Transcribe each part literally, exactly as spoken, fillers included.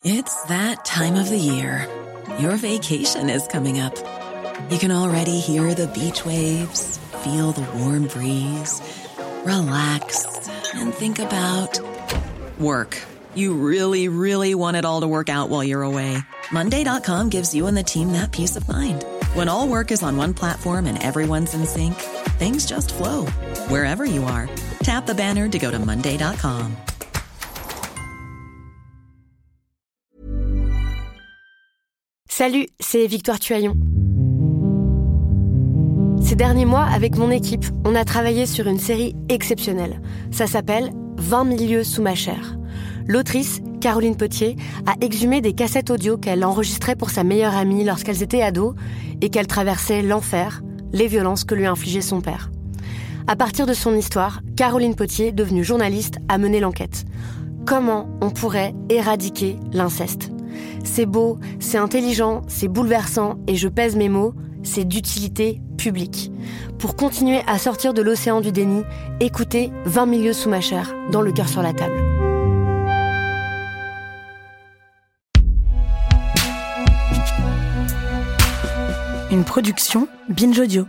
It's that time of the year. Your vacation is coming up. You can already hear the beach waves, feel the warm breeze, relax, and think about work. You really, really want it all to work out while you're away. Monday dot com gives you and the team that peace of mind. When all work is on one platform and everyone's in sync, things just flow. Wherever you are, tap the banner to go to Monday dot com. Salut, c'est Victoire Tuaillon. Ces derniers mois, avec mon équipe, on a travaillé sur une série exceptionnelle. Ça s'appelle « vingt mille lieues sous ma chair ». L'autrice, Caroline Potier, a exhumé des cassettes audio qu'elle enregistrait pour sa meilleure amie lorsqu'elles étaient ados et qu'elle traversait l'enfer, les violences que lui infligeait son père. À partir de son histoire, Caroline Potier, devenue journaliste, a mené l'enquête. Comment on pourrait éradiquer l'inceste ? C'est beau, c'est intelligent, c'est bouleversant et je pèse mes mots, c'est d'utilité publique. Pour continuer à sortir de l'océan du déni, écoutez vingt mille lieues sous ma chair, dans Le cœur sur la table. Une production Binge Audio.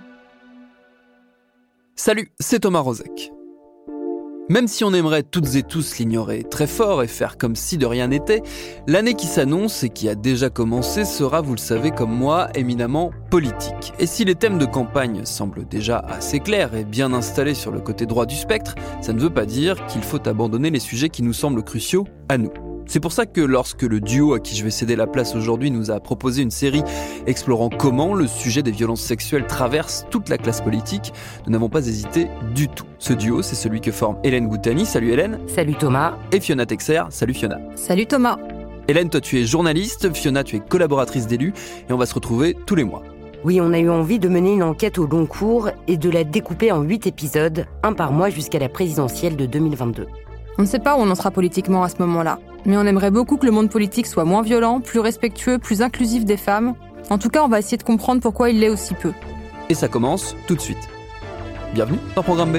Salut, c'est Thomas Rozek. Même si on aimerait toutes et tous l'ignorer très fort et faire comme si de rien n'était, l'année qui s'annonce et qui a déjà commencé sera, vous le savez comme moi, éminemment politique. Et si les thèmes de campagne semblent déjà assez clairs et bien installés sur le côté droit du spectre, ça ne veut pas dire qu'il faut abandonner les sujets qui nous semblent cruciaux à nous. C'est pour ça que lorsque le duo à qui je vais céder la place aujourd'hui nous a proposé une série explorant comment le sujet des violences sexuelles traverse toute la classe politique, nous n'avons pas hésité du tout. Ce duo, c'est celui que forme Hélène Goutani. Salut Hélène. Salut Thomas. Et Fiona Texer. Salut Fiona. Salut Thomas. Hélène, toi tu es journaliste, Fiona tu es collaboratrice d'Élus et on va se retrouver tous les mois. Oui, on a eu envie de mener une enquête au long cours et de la découper en huit épisodes, un par mois jusqu'à la présidentielle de deux mille vingt-deux. On ne sait pas où on en sera politiquement à ce moment-là, mais on aimerait beaucoup que le monde politique soit moins violent, plus respectueux, plus inclusif des femmes. En tout cas, on va essayer de comprendre pourquoi il l'est aussi peu. Et ça commence tout de suite. Bienvenue dans Programme B.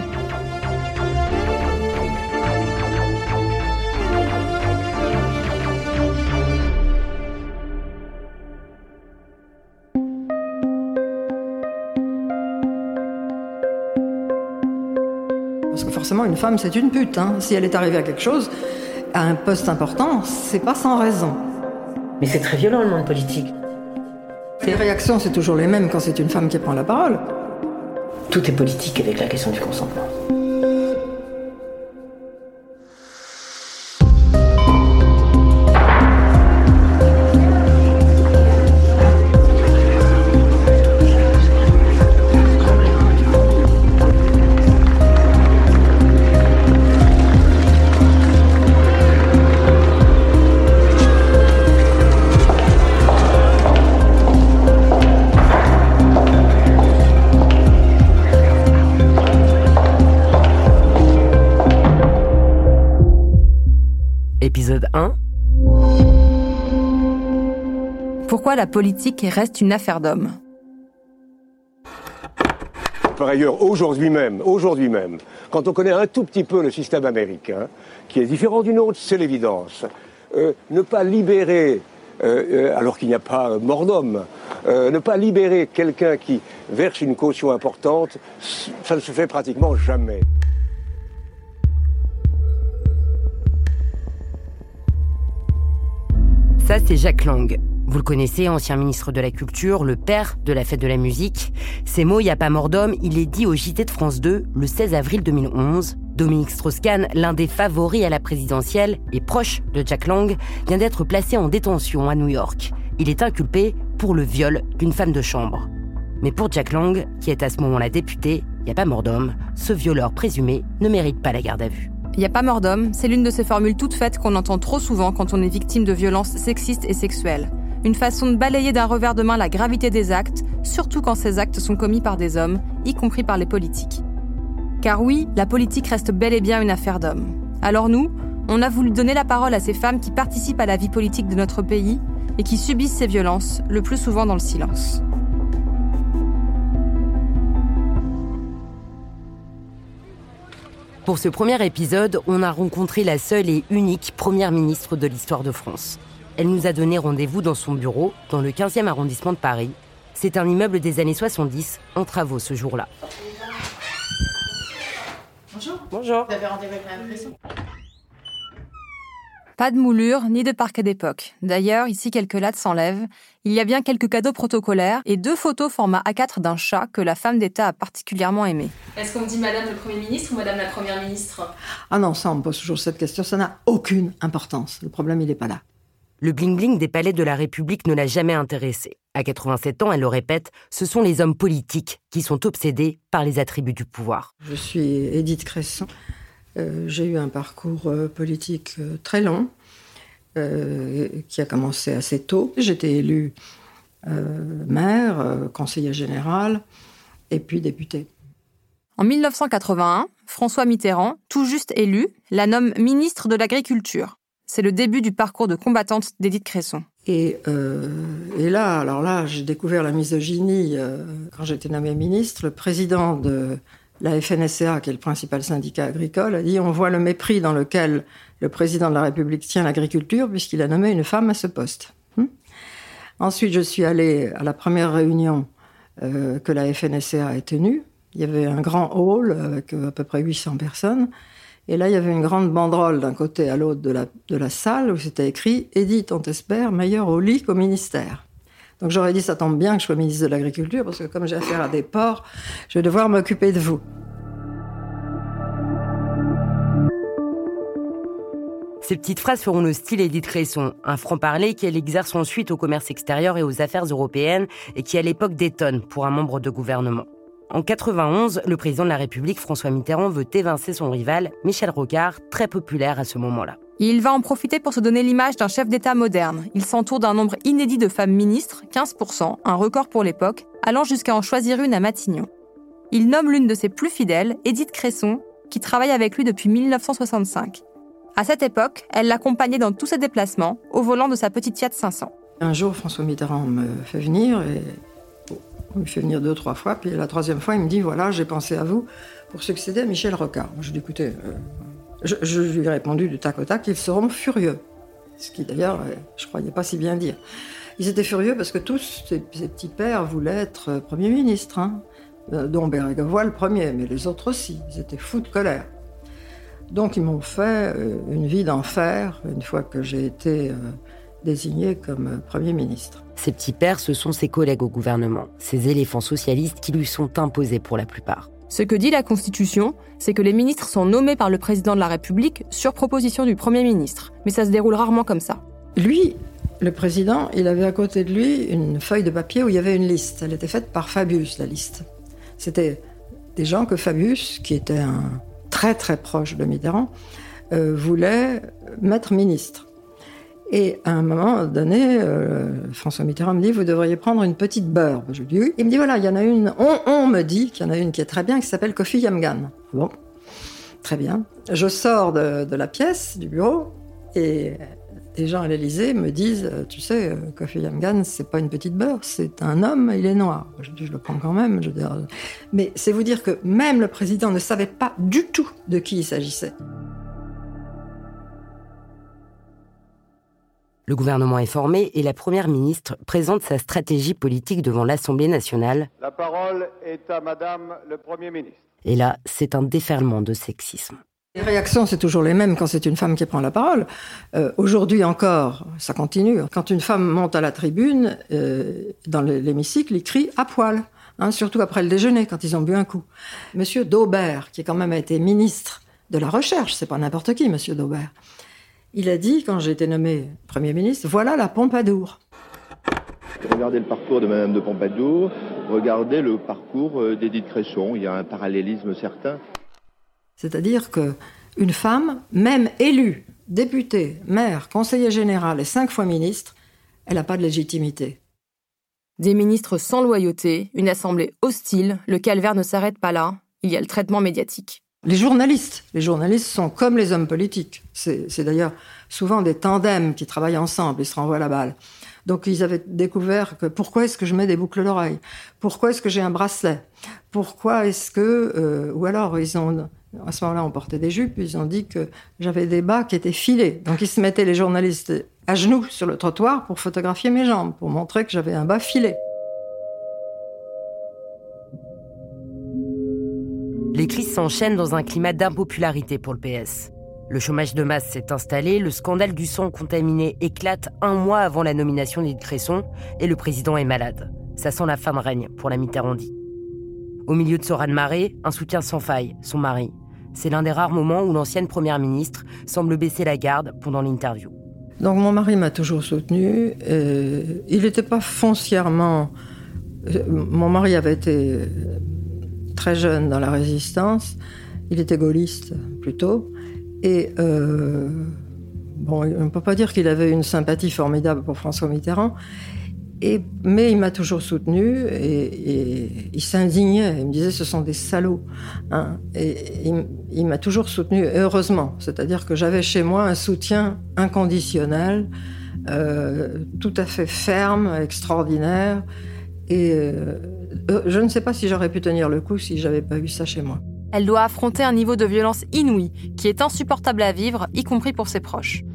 Parce que forcément, une femme, c'est une pute. Hein. Si elle est arrivée à quelque chose, à un poste important, c'est pas sans raison. Mais c'est très violent, le monde politique. Les réactions, c'est toujours les mêmes quand c'est une femme qui prend la parole. Tout est politique avec la question du consentement. Épisode un. Pourquoi la politique reste une affaire d'hommes ? Par ailleurs, aujourd'hui même, aujourd'hui même, quand on connaît un tout petit peu le système américain, qui est différent du nôtre, c'est l'évidence. Euh, ne pas libérer, euh, euh, alors qu'il n'y a pas mort d'homme, euh, ne pas libérer quelqu'un qui verse une caution importante, ça ne se fait pratiquement jamais. Ça, c'est Jack Lang. Vous le connaissez, ancien ministre de la Culture, le père de la fête de la musique. Ces mots, il n'y a pas mort d'homme, il est dit au J T de France deux le seize avril deux mille onze. Dominique Strauss-Kahn, l'un des favoris à la présidentielle et proche de Jack Lang, vient d'être placé en détention à New York. Il est inculpé pour le viol d'une femme de chambre. Mais pour Jack Lang, qui est à ce moment-là député, il n'y a pas mort d'homme. Ce violeur présumé ne mérite pas la garde à vue. Il n'y a pas mort d'homme, c'est l'une de ces formules toutes faites qu'on entend trop souvent quand on est victime de violences sexistes et sexuelles. Une façon de balayer d'un revers de main la gravité des actes, surtout quand ces actes sont commis par des hommes, y compris par les politiques. Car oui, la politique reste bel et bien une affaire d'hommes. Alors nous, on a voulu donner la parole à ces femmes qui participent à la vie politique de notre pays et qui subissent ces violences, le plus souvent dans le silence. Pour ce premier épisode, on a rencontré la seule et unique première ministre de l'histoire de France. Elle nous a donné rendez-vous dans son bureau, dans le quinzième arrondissement de Paris. C'est un immeuble des années soixante-dix, en travaux ce jour-là. Bonjour. Bonjour. Vous avez rendez-vous avec Madame Cresson ? Pas de moulure, ni de parquet d'époque. D'ailleurs, ici, quelques lattes s'enlèvent. Il y a bien quelques cadeaux protocolaires et deux photos format A quatre d'un chat que la femme d'État a particulièrement aimé. Est-ce qu'on dit Madame le Premier ministre ou Madame la Première ministre ? Ah non, ça, on me pose toujours cette question. Ça n'a aucune importance. Le problème, il n'est pas là. Le bling-bling des palais de la République ne l'a jamais intéressée. À quatre-vingt-sept ans, elle le répète, ce sont les hommes politiques qui sont obsédés par les attributs du pouvoir. Je suis Édith Cresson. Euh, j'ai eu un parcours euh, politique euh, très long, euh, qui a commencé assez tôt. J'étais élue euh, maire, euh, conseillère générale, et puis députée. En dix-neuf cent quatre-vingt-un, François Mitterrand, tout juste élu, la nomme ministre de l'Agriculture. C'est le début du parcours de combattante d'Édith Cresson. Et, euh, et là, alors là, j'ai découvert la misogynie euh, quand j'étais nommée ministre. Le président de la F N S E A, qui est le principal syndicat agricole, a dit « On voit le mépris dans lequel le président de la République tient l'agriculture puisqu'il a nommé une femme à ce poste. Hum » Ensuite, je suis allée à la première réunion euh, que la F N S E A a tenue. Il y avait un grand hall avec à peu près huit cents personnes. Et là, il y avait une grande banderole d'un côté à l'autre de la, de la salle où c'était écrit « Édith, on t'espère, meilleure au lit qu'au ministère ». Donc j'aurais dit, ça tombe bien que je sois ministre de l'Agriculture, parce que comme j'ai affaire à des porcs, je vais devoir m'occuper de vous. Ces petites phrases feront le style Édith Cresson, un franc-parler qu'elle exerce ensuite au commerce extérieur et aux affaires européennes et qui à l'époque détonne pour un membre de gouvernement. En quatre-vingt-onze, le président de la République, François Mitterrand, veut évincer son rival, Michel Rocard, très populaire à ce moment-là. Il va en profiter pour se donner l'image d'un chef d'État moderne. Il s'entoure d'un nombre inédit de femmes ministres, quinze pour cent, un record pour l'époque, allant jusqu'à en choisir une à Matignon. Il nomme l'une de ses plus fidèles, Édith Cresson, qui travaille avec lui depuis dix-neuf cent soixante-cinq. À cette époque, elle l'accompagnait dans tous ses déplacements, au volant de sa petite Fiat cinq cents. Un jour, François Mitterrand me fait venir et... Il me fait venir deux, trois fois, puis la troisième fois, il me dit, voilà, j'ai pensé à vous pour succéder à Michel Rocard. Je lui ai dit, écoutez, euh, je, je lui ai répondu du tac au tac, ils seront furieux. Ce qui, d'ailleurs, je ne croyais pas si bien dire. Ils étaient furieux parce que tous ces, ces petits pères voulaient être Premier ministre, hein, dont Bérégovoy le premier, mais les autres aussi. Ils étaient fous de colère. Donc, ils m'ont fait une vie d'enfer une fois que j'ai été euh, désigné comme Premier ministre. Ses petits pères, ce sont ses collègues au gouvernement, ces éléphants socialistes qui lui sont imposés pour la plupart. Ce que dit la Constitution, c'est que les ministres sont nommés par le président de la République sur proposition du Premier ministre. Mais ça se déroule rarement comme ça. Lui, le président, il avait à côté de lui une feuille de papier où il y avait une liste. Elle était faite par Fabius, la liste. C'était des gens que Fabius, qui était un très très proche de Mitterrand, euh, voulait mettre ministre. Et à un moment donné, euh, François Mitterrand me dit « Vous devriez prendre une petite beurre ». Je lui dis « Oui ». Il me dit « Voilà, il y en a une, on, on me dit qu'il y en a une qui est très bien, qui s'appelle Kofi Yamgan ». Bon, très bien. Je sors de, de la pièce, du bureau, et des gens à l'Élysée me disent « Tu sais, Kofi Yamgan, c'est pas une petite beurre, c'est un homme, il est noir ». Je dis « Je le prends quand même ». Je veux dire, mais c'est vous dire que même le président ne savait pas du tout de qui il s'agissait. Le gouvernement est formé et la première ministre présente sa stratégie politique devant l'Assemblée nationale. La parole est à Madame le Premier ministre. Et là, c'est un déferlement de sexisme. Les réactions, c'est toujours les mêmes quand c'est une femme qui prend la parole. Euh, aujourd'hui encore, ça continue. Quand une femme monte à la tribune, euh, dans l'hémicycle, ils crient « à poil hein, », surtout après le déjeuner, quand ils ont bu un coup. Monsieur Daubert, qui quand même a été ministre de la Recherche, c'est pas n'importe qui, Monsieur Daubert, il a dit, quand j'ai été nommé Premier ministre, « Voilà la Pompadour ». Regardez le parcours de Madame de Pompadour, regardez le parcours d'Édith Cresson, il y a un parallélisme certain. C'est-à-dire qu'une femme, même élue, députée, maire, conseiller général et cinq fois ministre, elle n'a pas de légitimité. Des ministres sans loyauté, une assemblée hostile, le calvaire ne s'arrête pas là, il y a le traitement médiatique. Les journalistes, les journalistes sont comme les hommes politiques. C'est, c'est d'ailleurs souvent des tandems qui travaillent ensemble, ils se renvoient la balle. Donc ils avaient découvert que pourquoi est-ce que je mets des boucles d'oreilles ? Pourquoi est-ce que j'ai un bracelet ? Pourquoi est-ce que... Euh, ou alors ils ont À ce moment-là, on portait des jupes, ils ont dit que j'avais des bas qui étaient filés. Donc ils se mettaient, les journalistes, à genoux sur le trottoir pour photographier mes jambes, pour montrer que j'avais un bas filé. Les crises s'enchaînent dans un climat d'impopularité pour le P S. Le chômage de masse s'est installé, le scandale du sang contaminé éclate un mois avant la nomination d'Edith Cresson et le président est malade. Ça sent la fin de règne pour la Mitterrandie. Au milieu de ce raz-de-marée, un soutien sans faille, son mari. C'est l'un des rares moments où l'ancienne première ministre semble baisser la garde pendant l'interview. Donc mon mari m'a toujours soutenue. Il n'était pas foncièrement... Mon mari avait été très jeune dans la résistance. Il était gaulliste, plutôt. Et euh, bon, on ne peut pas dire qu'il avait une sympathie formidable pour François Mitterrand. Et, mais il m'a toujours soutenu et, et il s'indignait. Il me disait ce sont des salauds. Hein. Et il, il m'a toujours soutenu, et heureusement. C'est-à-dire que j'avais chez moi un soutien inconditionnel, euh, tout à fait ferme, extraordinaire. Et euh, je ne sais pas si j'aurais pu tenir le coup si je n'avais pas eu ça chez moi. Elle doit affronter un niveau de violence inouï qui est insupportable à vivre, y compris pour ses proches.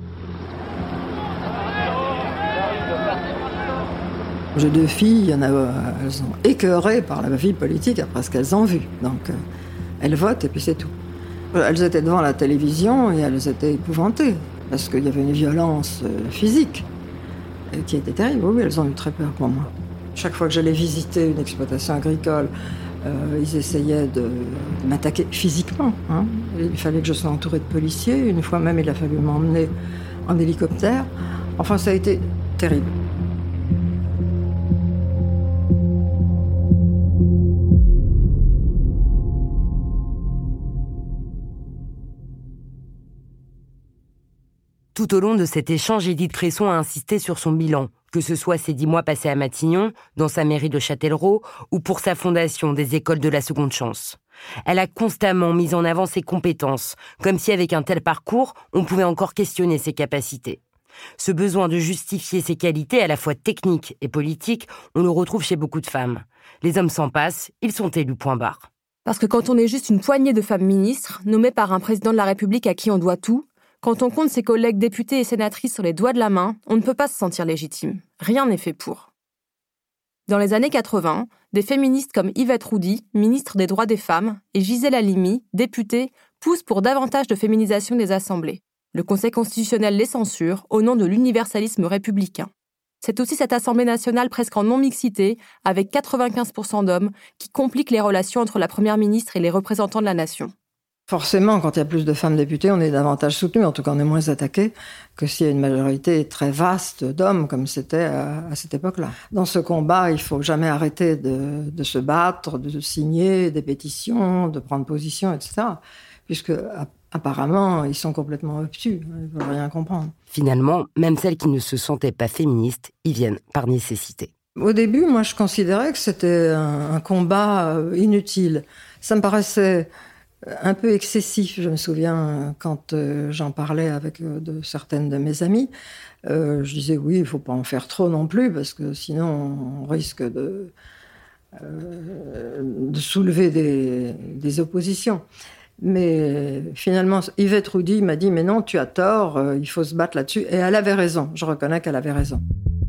J'ai deux filles, il y en a, elles sont écœurées par la vie politique après ce qu'elles ont vu. Donc, euh, elles votent et puis c'est tout. Elles étaient devant la télévision et elles étaient épouvantées parce qu'il y avait une violence euh, physique euh, qui était terrible. Oui, elles ont eu très peur pour moi. Chaque fois que j'allais visiter une exploitation agricole, euh, ils essayaient de, de m'attaquer physiquement. Hein. Il fallait que je sois entourée de policiers. Une fois même, il a fallu m'emmener en hélicoptère. Enfin, ça a été terrible. Tout au long de cet échange, Edith Cresson a insisté sur son bilan, que ce soit ses dix mois passés à Matignon, dans sa mairie de Châtellerault, ou pour sa fondation des écoles de la seconde chance. Elle a constamment mis en avant ses compétences, comme si avec un tel parcours, on pouvait encore questionner ses capacités. Ce besoin de justifier ses qualités, à la fois techniques et politiques, on le retrouve chez beaucoup de femmes. Les hommes s'en passent, ils sont élus point barre. Parce que quand on est juste une poignée de femmes ministres, nommées par un président de la République à qui on doit tout, quand on compte ses collègues députés et sénatrices sur les doigts de la main, on ne peut pas se sentir légitime. Rien n'est fait pour. Dans les années quatre-vingts, des féministes comme Yvette Roudy, ministre des droits des femmes, et Gisèle Halimi, députée, poussent pour davantage de féminisation des assemblées. Le Conseil constitutionnel les censure au nom de l'universalisme républicain. C'est aussi cette Assemblée nationale presque en non-mixité, avec quatre-vingt-quinze pour cent d'hommes, qui complique les relations entre la Première ministre et les représentants de la nation. Forcément, quand il y a plus de femmes députées, on est davantage soutenu, en tout cas on est moins attaqué que s'il y a une majorité très vaste d'hommes, comme c'était à, à cette époque-là. Dans ce combat, il ne faut jamais arrêter de, de se battre, de signer des pétitions, de prendre position, et cetera. Puisque apparemment, ils sont complètement obtus, ils ne veulent rien comprendre. Finalement, même celles qui ne se sentaient pas féministes y viennent par nécessité. Au début, moi, je considérais que c'était un, un combat inutile. Ça me paraissait un peu excessif. Je me souviens quand euh, j'en parlais avec euh, de, certaines de mes amies, euh, je disais oui, il ne faut pas en faire trop non plus, parce que sinon on risque de, euh, de soulever des, des oppositions. Mais finalement, Yvette Roudy m'a dit « Mais non, tu as tort, euh, il faut se battre là-dessus. » Et elle avait raison, je reconnais qu'elle avait raison.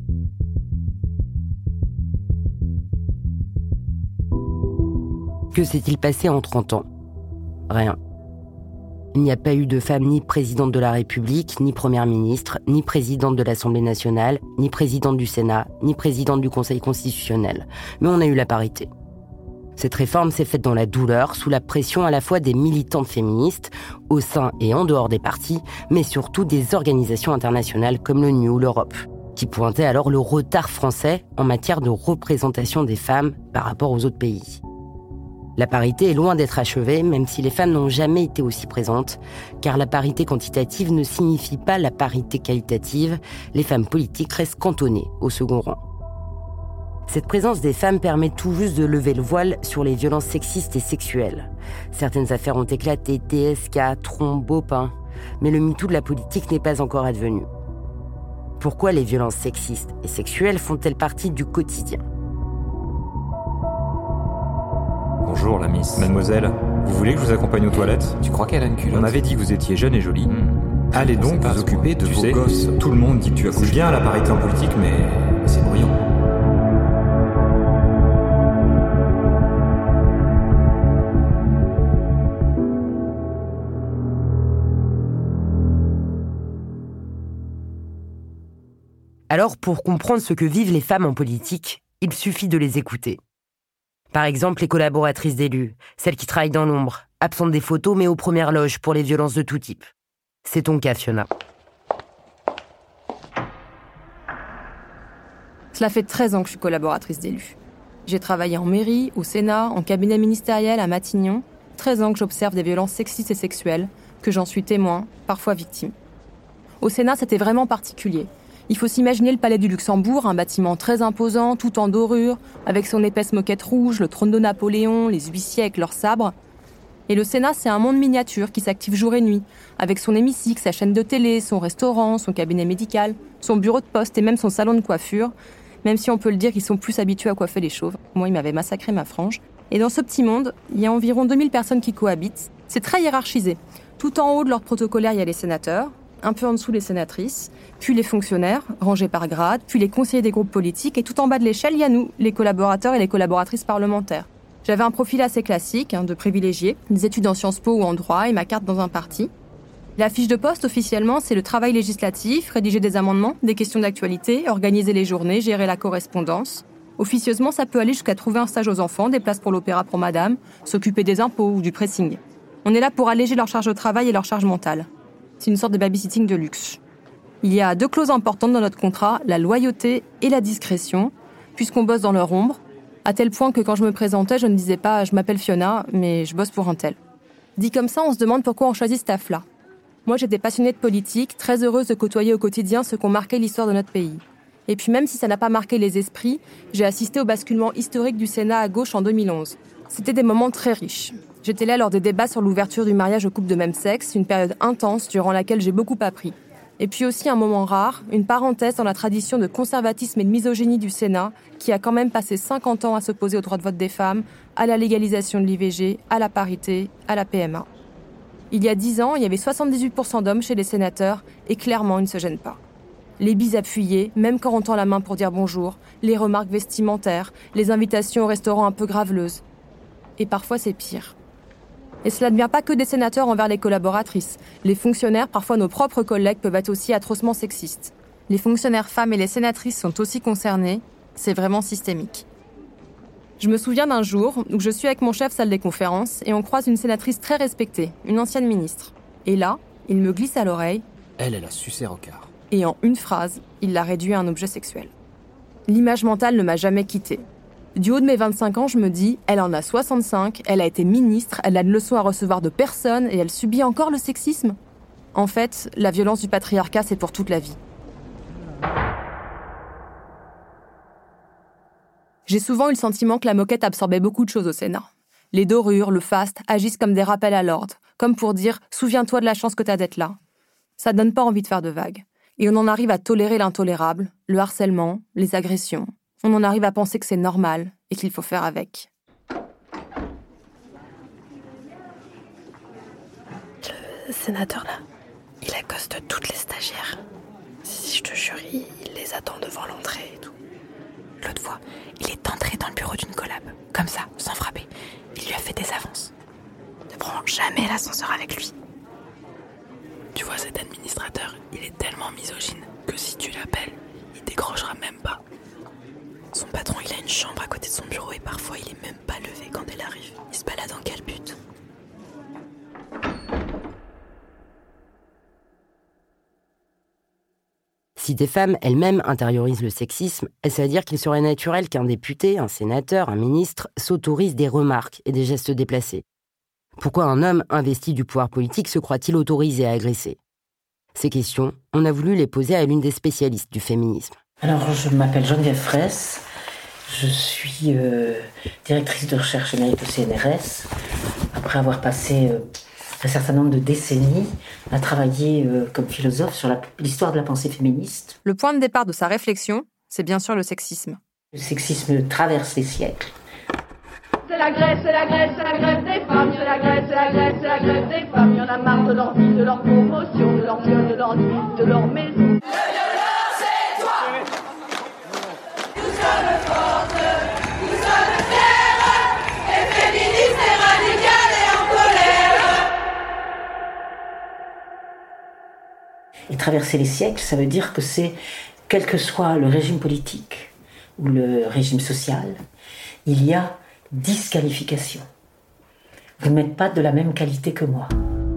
Que s'est-il passé en trente ans ? Rien. Il n'y a pas eu de femme ni présidente de la République, ni première ministre, ni présidente de l'Assemblée nationale, ni présidente du Sénat, ni présidente du Conseil constitutionnel. Mais on a eu la parité. Cette réforme s'est faite dans la douleur, sous la pression à la fois des militantes féministes, au sein et en dehors des partis, mais surtout des organisations internationales comme l'ONU ou l'Europe, qui pointaient alors le retard français en matière de représentation des femmes par rapport aux autres pays. La parité est loin d'être achevée, même si les femmes n'ont jamais été aussi présentes, car la parité quantitative ne signifie pas la parité qualitative, les femmes politiques restent cantonnées au second rang. Cette présence des femmes permet tout juste de lever le voile sur les violences sexistes et sexuelles. Certaines affaires ont éclaté, T S K, Tron, Baupin, mais le MeToo de la politique n'est pas encore advenu. Pourquoi les violences sexistes et sexuelles font-elles partie du quotidien ? Bonjour, la miss. Mademoiselle, vous voulez que je vous accompagne aux toilettes ? Tu crois qu'elle a une culotte ? On m'avait dit que vous étiez jeune et jolie. Mmh. Allez donc vous occuper de tu vos sais, gosses. Tout le monde dit que tu accouches bien à la parité en politique, mais c'est bruyant. Alors, pour comprendre ce que vivent les femmes en politique, il suffit de les écouter. Par exemple, les collaboratrices d'élus, celles qui travaillent dans l'ombre, absentes des photos mais aux premières loges pour les violences de tout type. C'est ton cas, Fiona. Cela fait treize ans que je suis collaboratrice d'élus. J'ai travaillé en mairie, au Sénat, en cabinet ministériel, à Matignon. treize ans que j'observe des violences sexistes et sexuelles, que j'en suis témoin, parfois victime. Au Sénat, c'était vraiment particulier. Il faut s'imaginer le palais du Luxembourg, un bâtiment très imposant, tout en dorure, avec son épaisse moquette rouge, le trône de Napoléon, les huissiers avec leurs sabres. Et le Sénat, c'est un monde miniature qui s'active jour et nuit, avec son hémicycle, sa chaîne de télé, son restaurant, son cabinet médical, son bureau de poste et même son salon de coiffure, même si on peut le dire qu'ils sont plus habitués à coiffer les chauves. Moi, ils m'avaient massacré ma frange. Et dans ce petit monde, il y a environ deux mille personnes qui cohabitent. C'est très hiérarchisé. Tout en haut de l'ordre protocolaire, il y a les sénateurs, un peu en dessous les sénatrices, puis les fonctionnaires, rangés par grade, puis les conseillers des groupes politiques, et tout en bas de l'échelle, il y a nous, les collaborateurs et les collaboratrices parlementaires. J'avais un profil assez classique, hein, de privilégié, des études en Sciences Po ou en droit et ma carte dans un parti. La fiche de poste, officiellement, c'est le travail législatif, rédiger des amendements, des questions d'actualité, organiser les journées, gérer la correspondance. Officieusement, ça peut aller jusqu'à trouver un stage aux enfants, des places pour l'opéra pour madame, s'occuper des impôts ou du pressing. On est là pour alléger leur charge de travail et leur charge mentale. C'est une sorte de babysitting de luxe. Il y a deux clauses importantes dans notre contrat, la loyauté et la discrétion, puisqu'on bosse dans leur ombre, à tel point que quand je me présentais, je ne disais pas « je m'appelle Fiona, mais je bosse pour un tel ». Dit comme ça, on se demande pourquoi on choisit ce taf-là. Moi, j'étais passionnée de politique, très heureuse de côtoyer au quotidien ceux qui ont marqué l'histoire de notre pays. Et puis même si ça n'a pas marqué les esprits, j'ai assisté au basculement historique du Sénat à gauche en deux mille onze. C'était des moments très riches. J'étais là lors des débats sur l'ouverture du mariage aux couples de même sexe, une période intense durant laquelle j'ai beaucoup appris. Et puis aussi un moment rare, une parenthèse dans la tradition de conservatisme et de misogynie du Sénat, qui a quand même passé cinquante ans à s'opposer au droit de vote des femmes, à la légalisation de l'I V G, à la parité, à la P M A. Il y a dix ans, il y avait soixante-dix-huit pour cent d'hommes chez les sénateurs, et clairement, ils ne se gênent pas. Les bises appuyées, même quand on tend la main pour dire bonjour, les remarques vestimentaires, les invitations au restaurant un peu graveleuses. Et parfois, c'est pire. Et cela ne vient pas que des sénateurs envers les collaboratrices. Les fonctionnaires, parfois nos propres collègues, peuvent être aussi atrocement sexistes. Les fonctionnaires femmes et les sénatrices sont aussi concernés. C'est vraiment systémique. Je me souviens d'un jour où je suis avec mon chef salle des conférences et on croise une sénatrice très respectée, une ancienne ministre. Et là, il me glisse à l'oreille. Elle, elle a sucé Rocard. Et en une phrase, il l'a réduit à un objet sexuel. L'image mentale ne m'a jamais quittée. Du haut de mes vingt-cinq ans, je me dis, elle en a soixante-cinq, elle a été ministre, elle a une leçon à recevoir de personne et elle subit encore le sexisme. En fait, la violence du patriarcat, c'est pour toute la vie. J'ai souvent eu le sentiment que la moquette absorbait beaucoup de choses au Sénat. Les dorures, le faste agissent comme des rappels à l'ordre, comme pour dire « souviens-toi de la chance que t'as d'être là ». Ça donne pas envie de faire de vagues. Et on en arrive à tolérer l'intolérable, le harcèlement, les agressions. On en arrive à penser que c'est normal et qu'il faut faire avec. Le sénateur, là, il accoste toutes les stagiaires. Si je te jure, il les attend devant l'entrée et tout. L'autre fois, il est entré dans le bureau d'une collab, comme ça, sans frapper. Il lui a fait des avances. Ne prends jamais l'ascenseur avec lui. Tu vois, cet administrateur, il est tellement misogyne que si tu l'appelles, il décrochera même pas. Son patron, il a une chambre à côté de son bureau et parfois il est même pas levé quand elle arrive. Il se balade en quel but ? Si des femmes elles-mêmes intériorisent le sexisme, ça veut dire qu'il serait naturel qu'un député, un sénateur, un ministre s'autorise des remarques et des gestes déplacés. Pourquoi un homme investi du pouvoir politique se croit-il autorisé à agresser ? Ces questions, on a voulu les poser à l'une des spécialistes du féminisme. Alors, je m'appelle Geneviève Fraisse, je suis euh, directrice de recherche émérite au C N R S. Après avoir passé euh, un certain nombre de décennies à travailler euh, comme philosophe sur la, l'histoire de la pensée féministe. Le point de départ de sa réflexion, c'est bien sûr le sexisme. Le sexisme traverse les siècles. C'est la Grèce, c'est la Grèce, c'est la grève des femmes. C'est la Grèce, c'est la Grèce, c'est la grève des femmes. Y en a marre de leur vie, de leur promotion, de leur viol, de leur nuit, de leur maison. Le violeur, c'est toi. Nous sommes fortes, nous sommes fières, et féministes, et radicales, et en colère. Et traverser les siècles, ça veut dire que c'est, quel que soit le régime politique ou le régime social, il y a disqualification. Vous n'êtes pas de la même qualité que moi.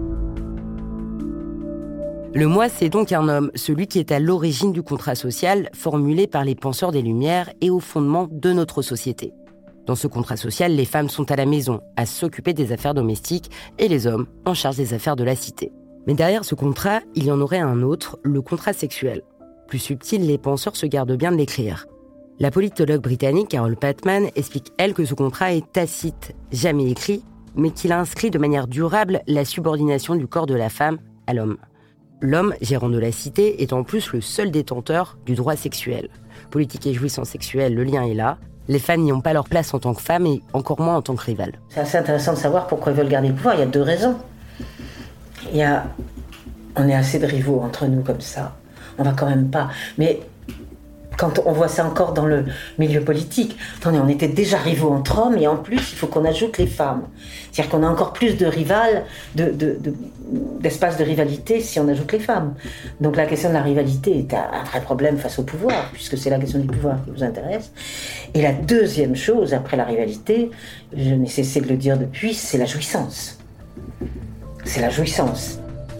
Le moi, c'est donc un homme, celui qui est à l'origine du contrat social formulé par les penseurs des Lumières et au fondement de notre société. Dans ce contrat social, les femmes sont à la maison, à s'occuper des affaires domestiques, et les hommes en charge des affaires de la cité. Mais derrière ce contrat, il y en aurait un autre, le contrat sexuel. Plus subtil, les penseurs se gardent bien de l'écrire. La politologue britannique Carol Patman explique, elle, que ce contrat est tacite, jamais écrit, mais qu'il a inscrit de manière durable la subordination du corps de la femme à l'homme. L'homme, gérant de la cité, est en plus le seul détenteur du droit sexuel. Politique et jouissance sexuelle, le lien est là. Les femmes n'y ont pas leur place en tant que femmes et encore moins en tant que rivales. C'est assez intéressant de savoir pourquoi ils veulent garder le pouvoir. Il y a deux raisons. Il y a... On est assez de rivaux entre nous comme ça. On va quand même pas... Mais quand on voit ça encore dans le milieu politique, attendez, on était déjà rivaux entre hommes et en plus, il faut qu'on ajoute les femmes. C'est-à-dire qu'on a encore plus de rivales, de, de, de, d'espace de rivalité si on ajoute les femmes. Donc la question de la rivalité est un vrai problème face au pouvoir, puisque c'est la question du pouvoir qui vous intéresse. Et la deuxième chose, après la rivalité, je n'ai cessé de le dire depuis, c'est la jouissance. C'est la jouissance.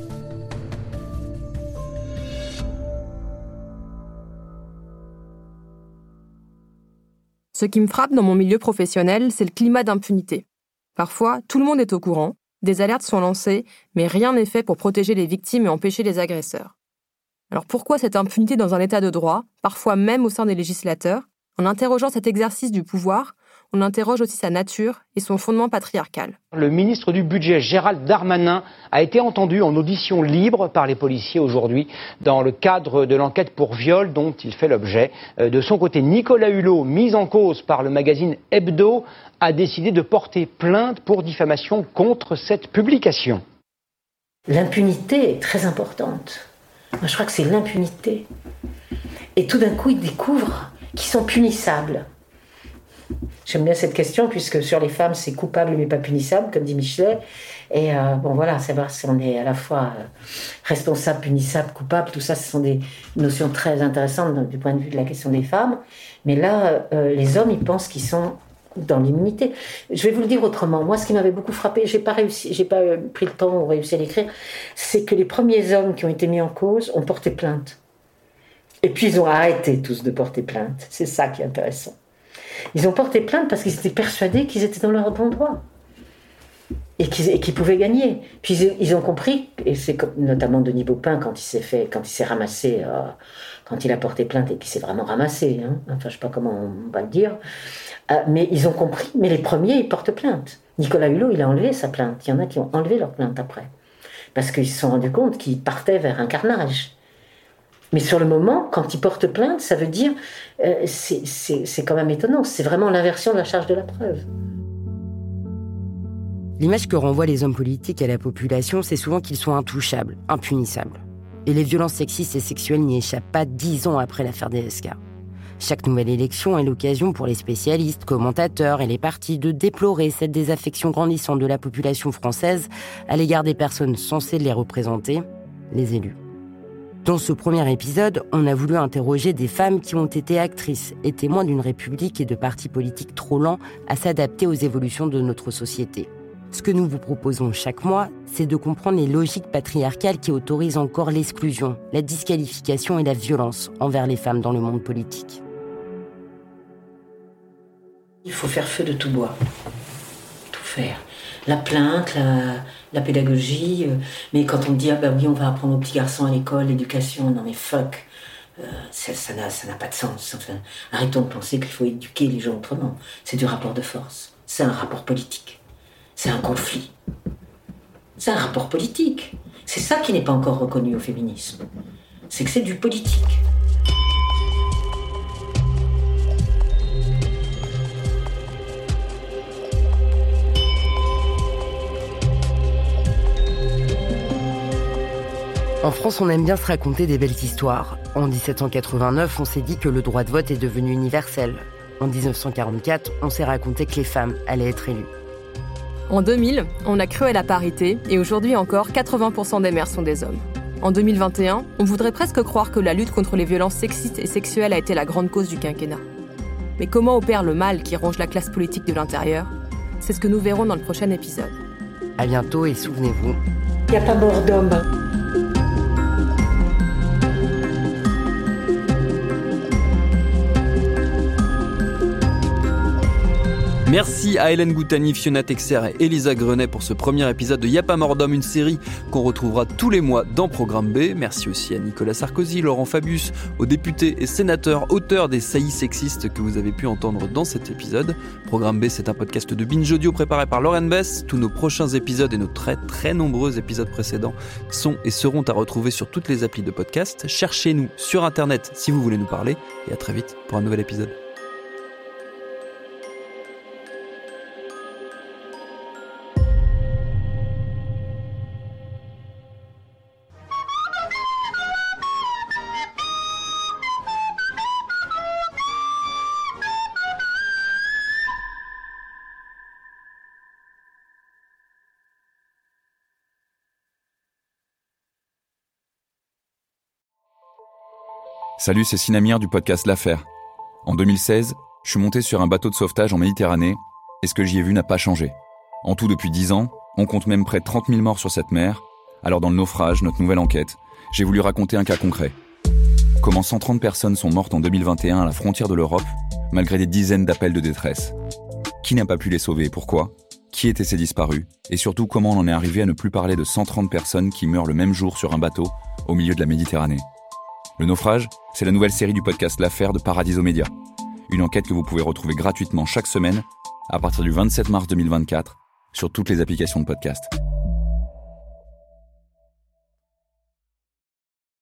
Ce qui me frappe dans mon milieu professionnel, c'est le climat d'impunité. Parfois, tout le monde est au courant, des alertes sont lancées, mais rien n'est fait pour protéger les victimes et empêcher les agresseurs. Alors pourquoi cette impunité dans un état de droit, parfois même au sein des législateurs? En interrogeant cet exercice du pouvoir, on interroge aussi sa nature et son fondement patriarcal. Le ministre du Budget, Gérald Darmanin, a été entendu en audition libre par les policiers aujourd'hui dans le cadre de l'enquête pour viol dont il fait l'objet. De son côté, Nicolas Hulot, mis en cause par le magazine Hebdo, a décidé de porter plainte pour diffamation contre cette publication. L'impunité est très importante. Moi, je crois que c'est l'impunité. Et tout d'un coup, ils découvrent qu'ils sont punissables. J'aime bien cette question, puisque sur les femmes, c'est coupable mais pas punissable, comme dit Michelet. Et euh, bon, voilà, savoir si on est à la fois euh, responsable, punissable, coupable, tout ça, ce sont des notions très intéressantes donc, du point de vue de la question des femmes. Mais là, euh, les hommes, ils pensent qu'ils sont dans l'immunité. Je vais vous le dire autrement. Moi, ce qui m'avait beaucoup frappé, j'ai pas réussi, j'ai pas euh, pris le temps ou réussi à l'écrire, c'est que les premiers hommes qui ont été mis en cause ont porté plainte. Et puis, ils ont arrêté tous de porter plainte. C'est ça qui est intéressant. Ils ont porté plainte parce qu'ils étaient persuadés qu'ils étaient dans leur bon droit et qu'ils, et qu'ils pouvaient gagner. Puis ils, ils ont compris, et c'est comme, notamment Denis Baupin quand il s'est fait, quand il s'est ramassé, euh, quand il a porté plainte et qu'il s'est vraiment ramassé. Hein, enfin, je sais pas comment on va le dire, euh, mais ils ont compris. Mais les premiers, ils portent plainte. Nicolas Hulot, il a enlevé sa plainte. Il y en a qui ont enlevé leur plainte après parce qu'ils se sont rendus compte qu'ils partaient vers un carnage. Mais sur le moment, quand ils portent plainte, ça veut dire, euh, c'est, c'est, c'est quand même étonnant, c'est vraiment l'inversion de la charge de la preuve. L'image que renvoient les hommes politiques à la population, c'est souvent qu'ils sont intouchables, impunissables. Et les violences sexistes et sexuelles n'y échappent pas dix ans après l'affaire D S K. Chaque nouvelle élection est l'occasion pour les spécialistes, commentateurs et les partis de déplorer cette désaffection grandissante de la population française à l'égard des personnes censées les représenter, les élus. Dans ce premier épisode, on a voulu interroger des femmes qui ont été actrices et témoins d'une république et de partis politiques trop lents à s'adapter aux évolutions de notre société. Ce que nous vous proposons chaque mois, c'est de comprendre les logiques patriarcales qui autorisent encore l'exclusion, la disqualification et la violence envers les femmes dans le monde politique. Il faut faire feu de tout bois. Tout faire. La plainte, la, la pédagogie, euh, mais quand on me dit ah ben oui on va apprendre aux petits garçons à l'école, l'éducation, non mais fuck, euh, ça, ça, n'a, ça n'a pas de sens. Enfin, arrêtons de penser qu'il faut éduquer les gens autrement. C'est du rapport de force, c'est un rapport politique, c'est un conflit, c'est un rapport politique. C'est ça qui n'est pas encore reconnu au féminisme, c'est que c'est du politique. France, on aime bien se raconter des belles histoires. En dix-sept cent quatre-vingt-neuf, on s'est dit que le droit de vote est devenu universel. En dix-neuf cent quarante-quatre, on s'est raconté que les femmes allaient être élues. En deux mille, on a cru à la parité et aujourd'hui encore, quatre-vingts pour cent des maires sont des hommes. En deux mille vingt et un, on voudrait presque croire que la lutte contre les violences sexistes et sexuelles a été la grande cause du quinquennat. Mais comment opère le mal qui ronge la classe politique de l'intérieur ? C'est ce que nous verrons dans le prochain épisode. À bientôt et souvenez-vous, il n'y a pas mort d'homme. Merci à Hélène Goutani, Fiona Texer et Elisa Grenet pour ce premier épisode de Y'a pas mort d'homme, une série qu'on retrouvera tous les mois dans Programme B. Merci aussi à Nicolas Sarkozy, Laurent Fabius, aux députés et sénateurs, auteurs des saillies sexistes que vous avez pu entendre dans cet épisode. Programme B, c'est un podcast de Binge Audio préparé par Lauren Bess. Tous nos prochains épisodes et nos très très nombreux épisodes précédents sont et seront à retrouver sur toutes les applis de podcast. Cherchez-nous sur Internet si vous voulez nous parler et à très vite pour un nouvel épisode. Salut, c'est Sinamir du podcast L'Affaire. En deux mille seize, je suis monté sur un bateau de sauvetage en Méditerranée et ce que j'y ai vu n'a pas changé. En tout, depuis dix ans, on compte même près de trente mille morts sur cette mer. Alors dans le naufrage, notre nouvelle enquête, j'ai voulu raconter un cas concret. Comment cent trente personnes sont mortes en deux mille vingt et un à la frontière de l'Europe, malgré des dizaines d'appels de détresse. Qui n'a pas pu les sauver et pourquoi ? Qui étaient ces disparus ? Et surtout, comment on en est arrivé à ne plus parler de cent trente personnes qui meurent le même jour sur un bateau au milieu de la Méditerranée ? Le naufrage, c'est la nouvelle série du podcast L'Affaire de Paradiso Média. Une enquête que vous pouvez retrouver gratuitement chaque semaine à partir du vingt-sept mars deux mille vingt-quatre sur toutes les applications de podcast.